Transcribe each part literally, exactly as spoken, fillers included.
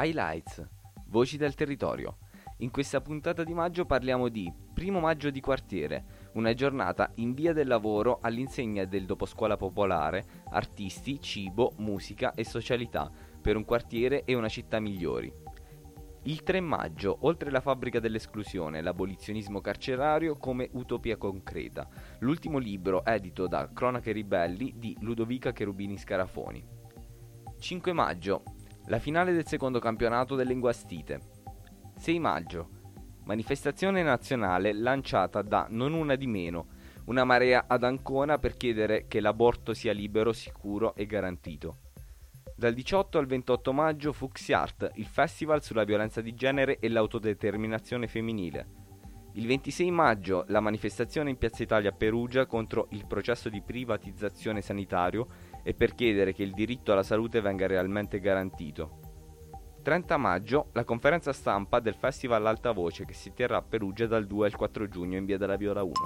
Highlights, voci del territorio. In questa puntata di maggio parliamo di Primo Maggio di Quartiere, una giornata in via del lavoro all'insegna del doposcuola popolare, artisti, cibo, musica e socialità per un quartiere e una città migliori. Il tre maggio, oltre la fabbrica dell'esclusione, l'abolizionismo carcerario come utopia concreta, l'ultimo libro edito da Cronache Ribelli di Ludovica Cherubini Scarafoni. cinque maggio, la finale del secondo campionato delle Linguastite. sei maggio, manifestazione nazionale lanciata da Non Una di Meno, una marea ad Ancona per chiedere che l'aborto sia libero, sicuro e garantito. Dal diciotto al ventotto maggio Fuxiart, il festival sulla violenza di genere e l'autodeterminazione femminile. Il ventisei maggio la manifestazione in Piazza Italia a Perugia contro il processo di privatizzazione sanitario e per chiedere che il diritto alla salute venga realmente garantito. trenta maggio la conferenza stampa del Festival Alta Voce che si terrà a Perugia dal due al quattro giugno in via della Viola uno.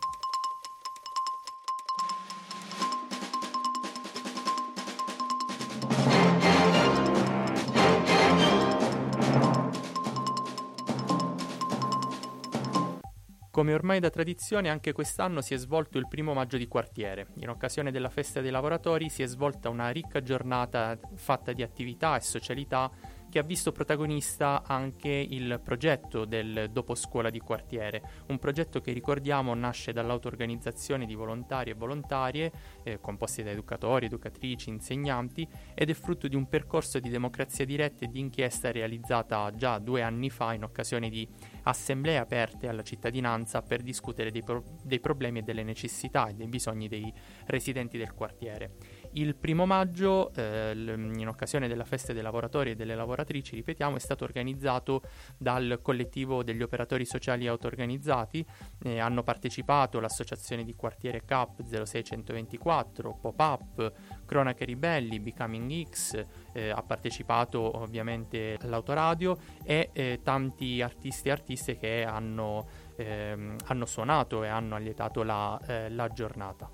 Come ormai da tradizione, anche quest'anno si è svolto il primo maggio di quartiere. In occasione della festa dei lavoratori si è svolta una ricca giornata fatta di attività e socialità che ha visto protagonista anche il progetto del doposcuola di quartiere, un progetto che ricordiamo nasce dall'auto-organizzazione di volontari e volontarie, eh, composti da educatori, educatrici, insegnanti, ed è frutto di un percorso di democrazia diretta e di inchiesta realizzata già due anni fa in occasione di assemblee aperte alla cittadinanza per discutere dei, pro- dei problemi e delle necessità e dei bisogni dei residenti del quartiere. Il primo maggio, eh, in occasione della festa dei lavoratori e delle lavoratrici, ripetiamo, è stato organizzato dal collettivo degli operatori sociali auto-organizzati. Eh, hanno partecipato l'associazione di quartiere C A P zero sei centoventiquattro, Pop-Up, Cronache Ribelli, Becoming X, eh, ha partecipato ovviamente l'autoradio e eh, tanti artisti e artiste che hanno, ehm, hanno suonato e hanno allietato la, eh, la giornata.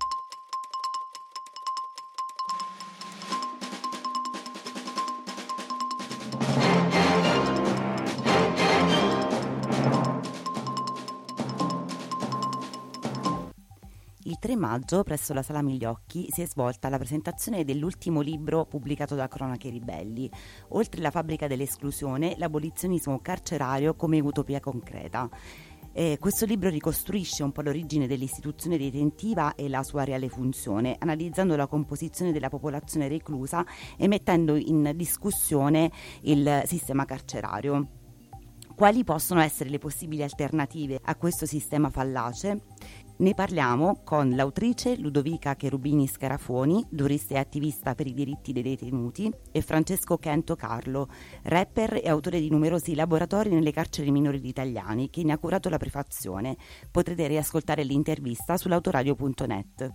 Il tre maggio, presso la Sala Migliocchi, si è svolta la presentazione dell'ultimo libro pubblicato da Cronache Ribelli, oltre la fabbrica dell'esclusione, l'abolizionismo carcerario come utopia concreta. Eh, questo libro ricostruisce un po' l'origine dell'istituzione detentiva e la sua reale funzione, analizzando la composizione della popolazione reclusa e mettendo in discussione il sistema carcerario. Quali possono essere le possibili alternative a questo sistema fallace? Ne parliamo con l'autrice Ludovica Cherubini Scarafoni, giurista e attivista per i diritti dei detenuti, e Francesco Kento Carlo, rapper e autore di numerosi laboratori nelle carceri minori italiane, che ne ha curato la prefazione. Potrete riascoltare l'intervista sull'autoradio punto net.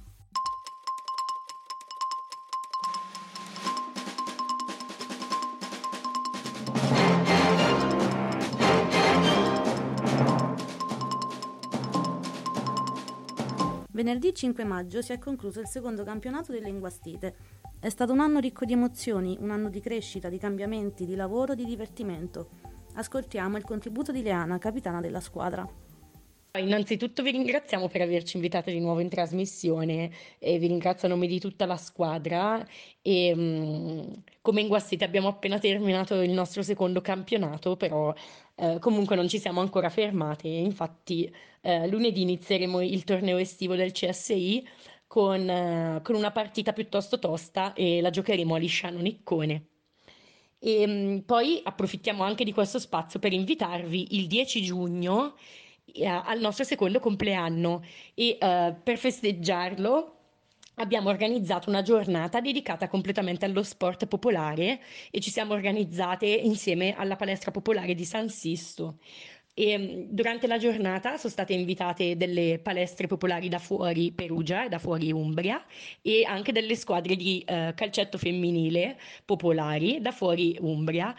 Venerdì cinque maggio si è concluso il secondo campionato delle Linguastite. È stato un anno ricco di emozioni, un anno di crescita, di cambiamenti, di lavoro, di divertimento. Ascoltiamo il contributo di Leana, capitana della squadra. Innanzitutto vi ringraziamo per averci invitato di nuovo in trasmissione e vi ringrazio a nome di tutta la squadra e mh, come Linguastite abbiamo appena terminato il nostro secondo campionato, però eh, comunque non ci siamo ancora fermate. Infatti eh, lunedì inizieremo il torneo estivo del C S I con, eh, con una partita piuttosto tosta e la giocheremo a Lisciano Niccone. E mh, poi approfittiamo anche di questo spazio per invitarvi il dieci giugno eh, al nostro secondo compleanno e eh, per festeggiarlo abbiamo organizzato una giornata dedicata completamente allo sport popolare e ci siamo organizzate insieme alla palestra popolare di San Sisto. E mh, durante la giornata sono state invitate delle palestre popolari da fuori Perugia e da fuori Umbria e anche delle squadre di eh, calcetto femminile popolari da fuori Umbria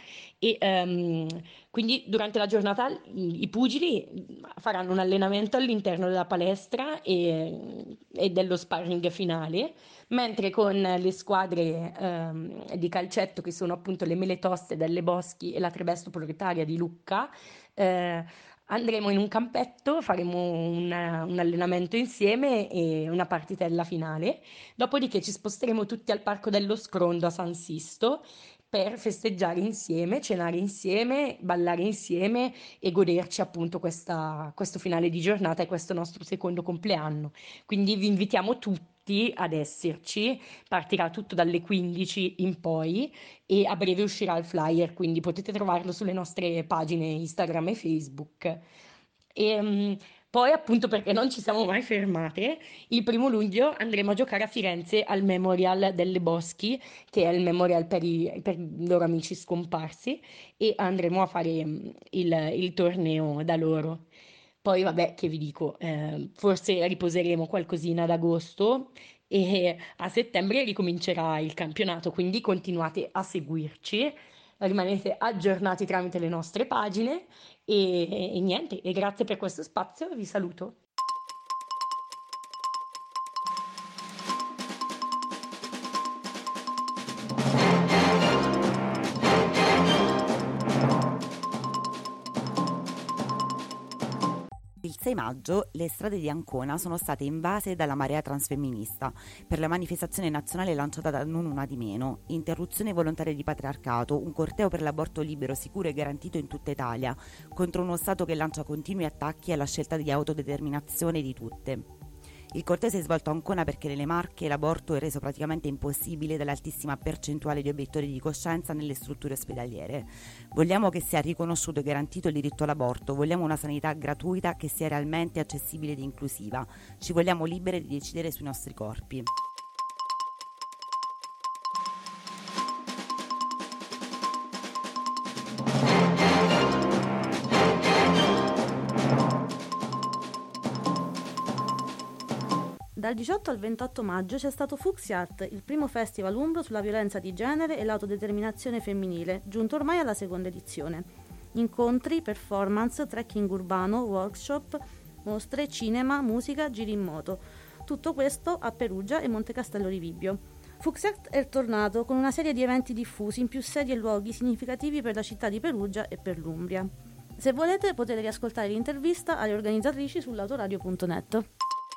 e um, quindi durante la giornata i, i pugili faranno un allenamento all'interno della palestra e, e dello sparring finale, mentre con le squadre um, di calcetto, che sono appunto le Mele Toste delle Boschi e la Trebesto Proletaria di Lucca, eh, andremo in un campetto, faremo un, un allenamento insieme e una partitella finale, dopodiché ci sposteremo tutti al Parco dello Scrondo a San Sisto per festeggiare insieme, cenare insieme, ballare insieme e goderci appunto questa, questo finale di giornata e questo nostro secondo compleanno. Quindi vi invitiamo tutti ad esserci, partirà tutto dalle quindici in poi e a breve uscirà il flyer, quindi potete trovarlo sulle nostre pagine Instagram e Facebook. E, um, poi appunto, perché non ci siamo mai fermate, il primo luglio andremo a giocare a Firenze al Memorial delle Boschi, che è il memorial per i, per i loro amici scomparsi, e andremo a fare um, il, il torneo da loro. Poi vabbè, che vi dico, eh, forse riposeremo qualcosina ad agosto e a settembre ricomincerà il campionato, quindi continuate a seguirci, rimanete aggiornati tramite le nostre pagine e, e niente, e grazie per questo spazio e vi saluto. Il sei maggio le strade di Ancona sono state invase dalla marea transfemminista per la manifestazione nazionale lanciata da Non Una di Meno, interruzione volontaria di patriarcato, un corteo per l'aborto libero, sicuro e garantito in tutta Italia, contro uno Stato che lancia continui attacchi alla scelta di autodeterminazione di tutte. Il corteo si è svolto a Ancona perché nelle Marche l'aborto è reso praticamente impossibile dall'altissima percentuale di obiettori di coscienza nelle strutture ospedaliere. Vogliamo che sia riconosciuto e garantito il diritto all'aborto, vogliamo una sanità gratuita che sia realmente accessibile ed inclusiva. Ci vogliamo libere di decidere sui nostri corpi. Dal diciotto al ventotto maggio c'è stato Fuxiart, il primo festival umbro sulla violenza di genere e l'autodeterminazione femminile, giunto ormai alla seconda edizione. Incontri, performance, trekking urbano, workshop, mostre, cinema, musica, giri in moto. Tutto questo a Perugia e Monte Castello di Vibbio. Fuxiart è tornato con una serie di eventi diffusi in più sedi e luoghi significativi per la città di Perugia e per l'Umbria. Se volete potete riascoltare l'intervista alle organizzatrici sull'autoradio punto net.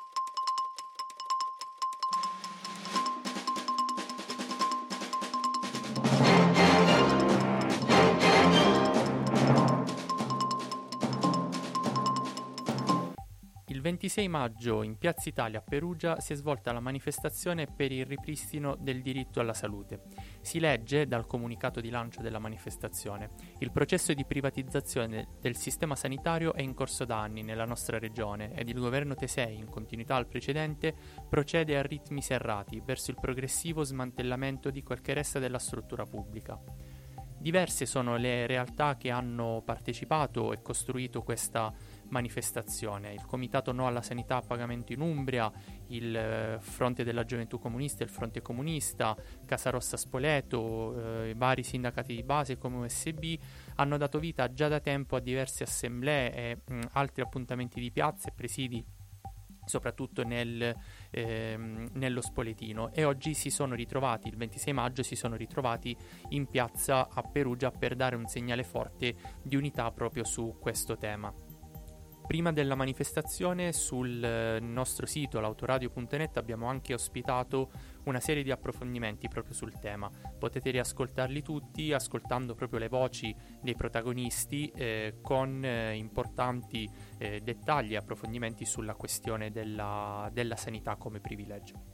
Il ventisei maggio in Piazza Italia a Perugia si è svolta la manifestazione per il ripristino del diritto alla salute. Si legge dal comunicato di lancio della manifestazione: il processo di privatizzazione del sistema sanitario è in corso da anni nella nostra regione ed il governo Tesei, in continuità al precedente, procede a ritmi serrati verso il progressivo smantellamento di quel che resta della struttura pubblica. Diverse sono le realtà che hanno partecipato e costruito questa manifestazione: il Comitato No alla Sanità a Pagamento in Umbria, il eh, Fronte della Gioventù Comunista, il Fronte Comunista, Casa Rossa Spoleto, eh, i vari sindacati di base come U S B hanno dato vita già da tempo a diverse assemblee e mh, altri appuntamenti di piazza e presidi, soprattutto nel, ehm, nello Spoletino, e oggi si sono ritrovati, il ventisei maggio si sono ritrovati in piazza a Perugia per dare un segnale forte di unità proprio su questo tema. Prima della manifestazione sul nostro sito l'autoradio punto net abbiamo anche ospitato una serie di approfondimenti proprio sul tema. Potete riascoltarli tutti ascoltando proprio le voci dei protagonisti eh, con eh, importanti eh, dettagli e approfondimenti sulla questione della, della sanità come privilegio.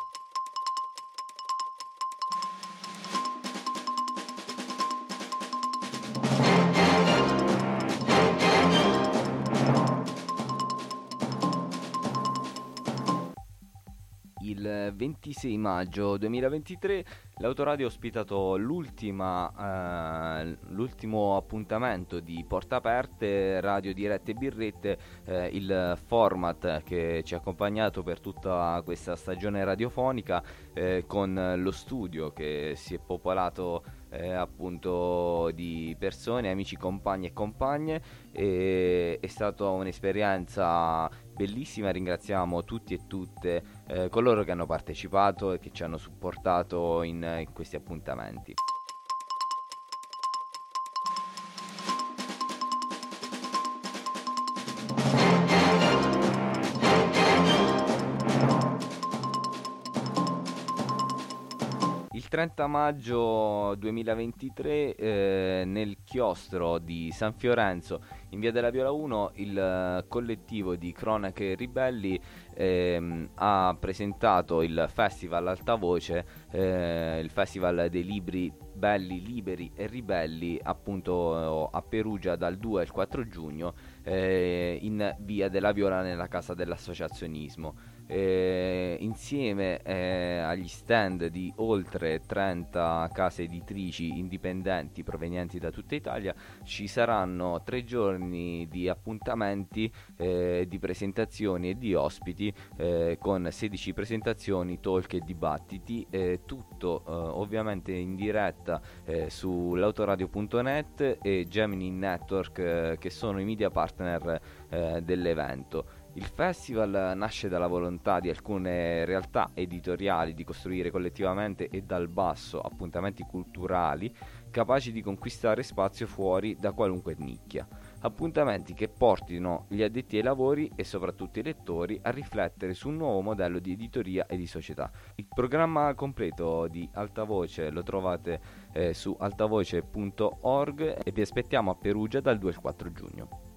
Il ventisei maggio duemilaventitré l'autoradio ha ospitato l'ultima, eh, l'ultimo appuntamento di Porta Aperte, Radio Dirette e Birrette, eh, il format che ci ha accompagnato per tutta questa stagione radiofonica, eh, con lo studio che si è popolato eh, appunto di persone, amici, compagni e compagne. E, è stata un'esperienza bellissima, ringraziamo tutti e tutte eh, coloro che hanno partecipato e che ci hanno supportato in, in questi appuntamenti. Il trenta maggio duemilaventitré eh, nel chiostro di San Fiorenzo in via della Viola uno il eh, collettivo di Cronache Ribelli ehm, ha presentato il festival Alta Voce, eh, il festival dei libri belli, liberi e ribelli, appunto a Perugia dal due al quattro giugno eh, in via della Viola nella casa dell'associazionismo. Eh, insieme eh, agli stand di oltre trenta case editrici indipendenti provenienti da tutta Italia ci saranno tre giorni di appuntamenti, eh, di presentazioni e di ospiti eh, con sedici presentazioni, talk e dibattiti, eh, tutto eh, ovviamente in diretta eh, sull'autoradio punto net e Gemini Network, eh, che sono i media partner eh, dell'evento. Il festival nasce dalla volontà di alcune realtà editoriali di costruire collettivamente e dal basso appuntamenti culturali capaci di conquistare spazio fuori da qualunque nicchia. Appuntamenti che portino gli addetti ai lavori e soprattutto i lettori a riflettere su un nuovo modello di editoria e di società. Il programma completo di Alta Voce lo trovate eh, su altavoce punto org e vi aspettiamo a Perugia dal due al quattro giugno.